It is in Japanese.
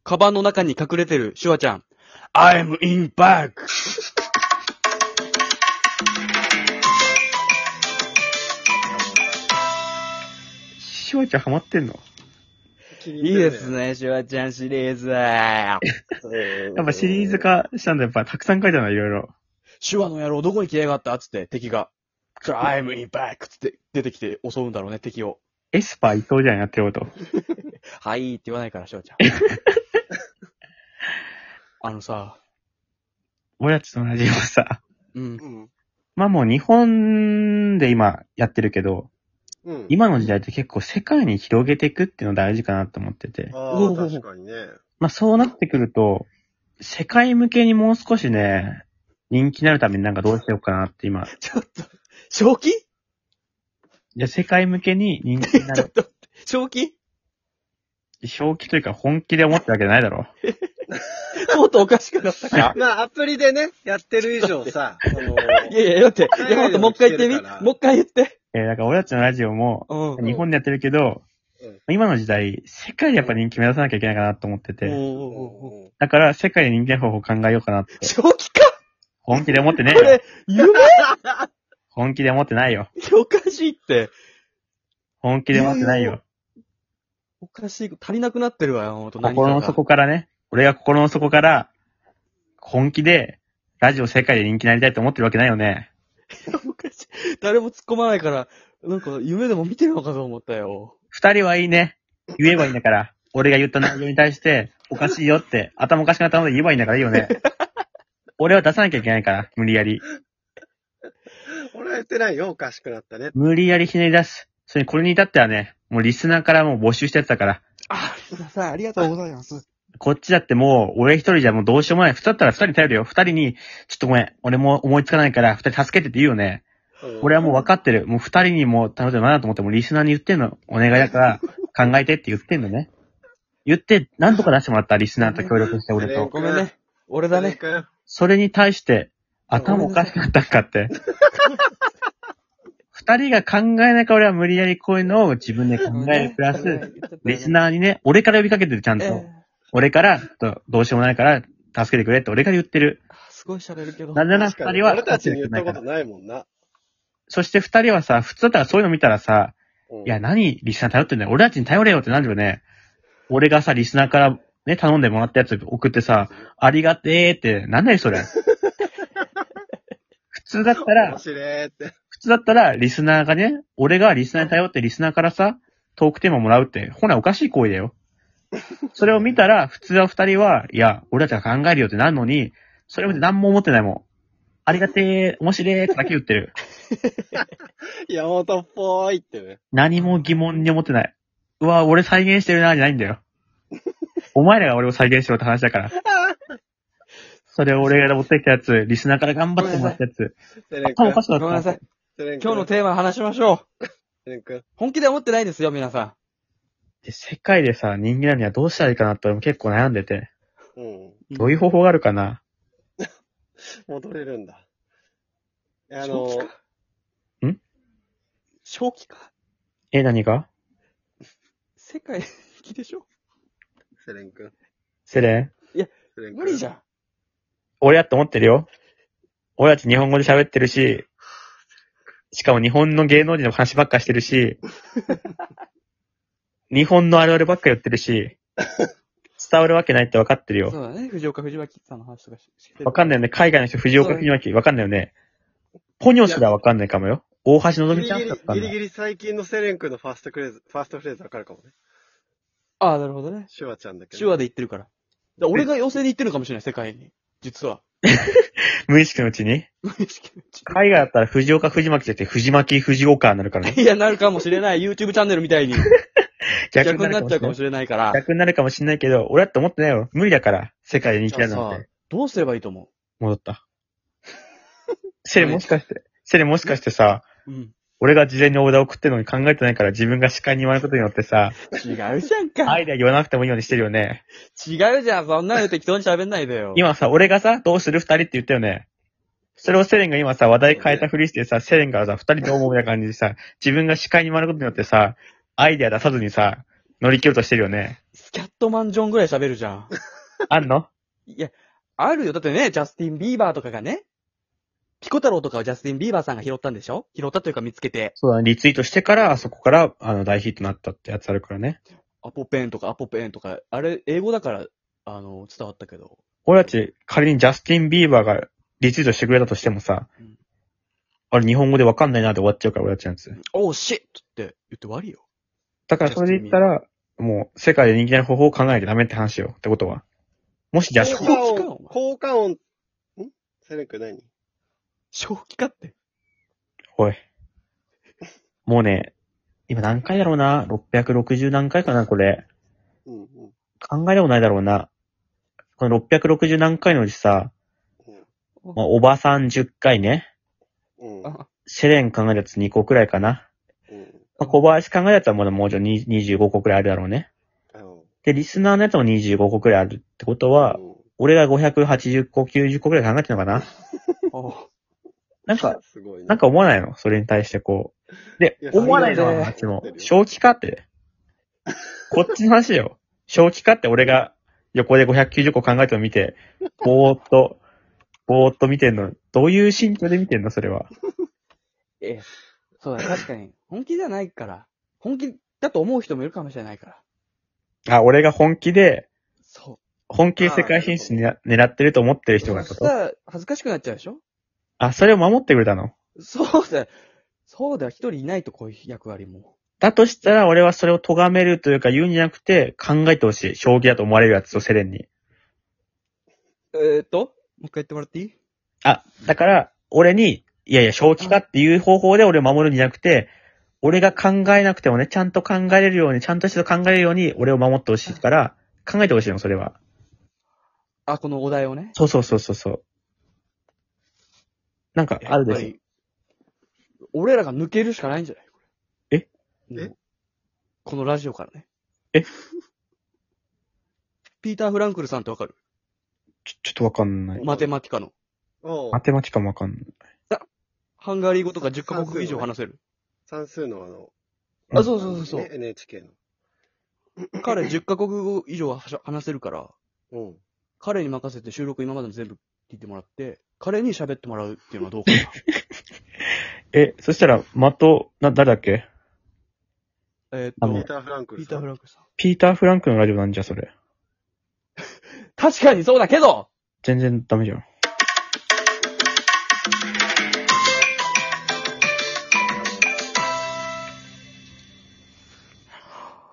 カバンの中に隠れてるシュワちゃん。I'm in back! シュワちゃんハマってんの？ いいですね、シュワちゃんシリーズ。やっぱシリーズ化したんだ、やっぱたくさん書いたの、いろいろ。 シュワの野郎どこに来やがったつって敵が。I'm in back! つって出てきて襲うんだろうね、敵を。 エスパー伊藤じゃん、やってること。 はいって言わないから、シュワちゃん。あのさ。 俺たちと同じよさ。 うん。 まあもう日本で今やってるけど、うん、今の時代って結構世界に広げていくっていうの大事かなと思ってて。 ああ、確かにね。 まあそうなってくると、世界向けにもう少しね、人気になるためになんかどうしようかなって今。 ちょっと、正気？ いや、世界向けに人気になる。 ちょっと、正気？ 正気というか本気で思ってるわけじゃないだろ。 もっとおかしくなったか。 まあ、アプリでね、やってる以上さ、 いやいや、だって、いや、ほんともう一回言ってみ。もう一回言って。 だから俺たちのラジオも、日本でやってるけど、今の時代、世界でやっぱ人気目指さなきゃいけないかなと思ってて。だから、世界で人気の方法を考えようかなって。 正気か？ 本気で思ってねえよ。 これ、夢？ 本気で思ってないよ。 おかしいって。 本気で思ってないよ。 おかしい。足りなくなってるわよ、ほんと。 心の底からね。俺が心の底から、本気で、ラジオ世界で人気になりたいと思ってるわけないよね。 おかしい。誰も突っ込まないから、なんか夢でも見てるのかと思ったよ。 二人はいいね。言えばいいんだから。俺が言った内容に対して、おかしいよって、頭おかしくなったので言えばいいんだからいいよね。俺は出さなきゃいけないから、無理やり。 俺は言ってないよ、おかしくなったね。 無理やりひねり出す。それにこれに至ってはね、もうリスナーからもう募集したやつだから。 リスナーさん、ありがとうございます。 こっちだってもう、俺一人じゃもうどうしようもない。普通だったら二人頼るよ。二人に、ちょっとごめん、俺も思いつかないから二人助けてって言うよね。俺はもう分かってる。もう二人にも頼んでもなと思って、もうリスナーに言ってんの。お願いだから、考えてって言ってんのね。言って、なんとか出してもらったリスナーと協力して俺と。 ごめんね。俺だね。 それに対して、頭おかしくなったんかって。二人が考えないから俺は無理やりこういうのを自分で考えるプラス、リスナーにね、俺から呼びかけてるちゃんと。俺から、どうしようもないから、助けてくれって俺から言ってる。 すごい喋るけど。 なんでな、二人は。 俺たちに言ったことないもんな。 そして二人はさ、普通だったらそういうの見たらさ、いや、何リスナー頼ってんだよ。俺たちに頼れよってなんだよね。俺がさ、リスナーからね、頼んでもらったやつ送ってさ、ありがてーって、なんだよそれ。普通だったら、普通だったら、リスナーがね、俺がリスナーに頼ってリスナーからさ、トークテーマもらうって、ほらおかしい行為だよ。それを見たら、普通は二人は、いや、俺たちが考えるよってなるのに、それを見て何も思ってないもん。ありがてー、面白いってだけ言ってる。 山本っぽいってね。 何も疑問に思ってない。うわ、俺再現してるな、じゃないんだよ。お前らが俺を再現しろって話だから。それを俺が持ってきたやつ、リスナーから頑張ってもらったやつ。頭おかしくなった。 ごめんなさい。今日のテーマ話しましょう。 本気で思ってないですよ、皆さん。 で世界でさ、人気なのにはどうしたらいいかなって結構悩んでて。どういう方法があるかな？ 戻れるんだ。 正気か？ 何が？ 世界人気でしょ？ セレン君。 セレン？ いや、無理じゃん。 俺やって思ってるよ。俺たち日本語で喋ってるし、しかも日本の芸能人の話ばっかしてるし、日本のあるあるばっか言ってるし、伝わるわけないって分かってるよ。 そうだね。藤岡藤巻さんの話とかしてる。 分かんないよね。海外の人藤岡藤巻分かんないよね。ポニョすら分かんないかもよ。大橋のぞみちゃんだったんだ。 ギリギリ最近のセレン君のファーストフレーズ分かるかもね。 ああ、なるほどね。 手話ちゃんだけど。 手話で言ってるから。俺が要請で言ってるかもしれない、世界に。実は。 無意識のうちに無意識のうちに。 海外だったら藤岡藤巻じゃなくて藤巻藤岡になるからね。 いや、なるかもしれない。YouTube チャンネルみたいに。逆になっちゃうかもしれないから。 逆になるかもしれないけど、俺だって思ってないよ。無理だから。世界で人気だなんて。 どうすればいいと思う？ 戻った。セレもしかしてさ、 うん。 俺が事前にオーダー送ってるのに考えてないから自分が司会に言わないことによってさ、 違うじゃんか。 アイデア言わなくてもいいようにしてるよね。 違うじゃん。そんなの適当に喋んないでよ。 今さ、俺がさ、どうする二人って言ったよね。それをセレンが今さ、話題変えたふりしてさ、セレンがさ、二人どう思うみたいな感じでさ、自分が司会に回ることによってさ、アイデア出さずにさ、 乗り切ろうとしてるよね。 スキャットマンジョンぐらい喋るじゃん。 あんの？ いや、あるよ。だってね、ジャスティン・ビーバーとかがね、ピコ太郎とかをジャスティン・ビーバーさんが拾ったんでしょ？拾ったというか見つけて。 そうだね。リツイートしてから、そこから、大ヒットになったってやつあるからね。 アポペンとか、あれ、英語だから、伝わったけど。 俺たち、仮にジャスティン・ビーバーがリツイートしてくれたとしてもさ、 うんあれ日本語でわかんないなって終わっちゃうから、俺たちのやつ。 おー、シッって言って終わりよ。 だからそれで言ったら、もう、世界で人気な方法を考えなきゃダメって話よ。ってことは。もしジャスティン、 効果音、セレク何？ 正気かって。 おい。もうね、今何回だろうな。660何回かな、これ。 うんうん。 考えたことないだろうな。この660何回のうちさ、まあ、おばさん10回ね。 うん。 あ、 セレン考えたやつ2個くらいかな。 うん。 まあ、小林考えたやつはもうちょっと25個くらいあるだろうね。で、リスナーのやつも25個くらいあるってことは、俺が580個、90個くらい考えてるのかな。なんか、 すごいね。 なんか思わないの？それに対してこう。でいや、 思わないのはあっちも、正気かって。こっちの話よ。正気かって俺が横で590個考えても見て、ぼーっと見てんの。どういう心境で見てんのそれは。 そうだ、確かに。本気じゃないから。本気だと思う人もいるかもしれないから。 あ、俺が本気で、 そう。 本気で世界進出に狙ってると思ってる人がってこと？ そしたら、恥ずかしくなっちゃうでしょ？ あ、それを守ってくれたの？ そうだよ。そうだよ。一人いないとこういう役割も。 だとしたら、俺はそれを咎めるというか言うんじゃなくて、考えてほしい。将棋だと思われるやつとセレンに。 もう一回言ってもらっていい？ あ、だから、俺に、いやいや、正気かっていう方法で俺を守るんじゃなくて、俺が考えなくてもね、ちゃんと考えれるように、ちゃんとして考えれるように、俺を守ってほしいから、考えてほしいの、それは。 あ、このお題をね。 そう。なんか、あるでしょ。 やっぱり俺らが抜けるしかないんじゃない？ えこのラジオからね。 えピーター・フランクルさんってわかる？ ちょっとわかんない。 マテマティカの。 マテマティカもわかんない。 ハンガリー語とか10カ国以上話せる。 算数のあ、そう。 ね、NHK の。 彼10カ国語以上話せるから、 うん。 彼に任せて収録今までの全部聞いてもらって、彼に喋ってもらうっていうのはどうかな。 そしたら、誰だっけ？ ピーター・フランクルさん。 ピーター・フランクルさん。 ピーター・フランクのラジオなんじゃ、それ。 確かにそうだけど全然ダメじゃん。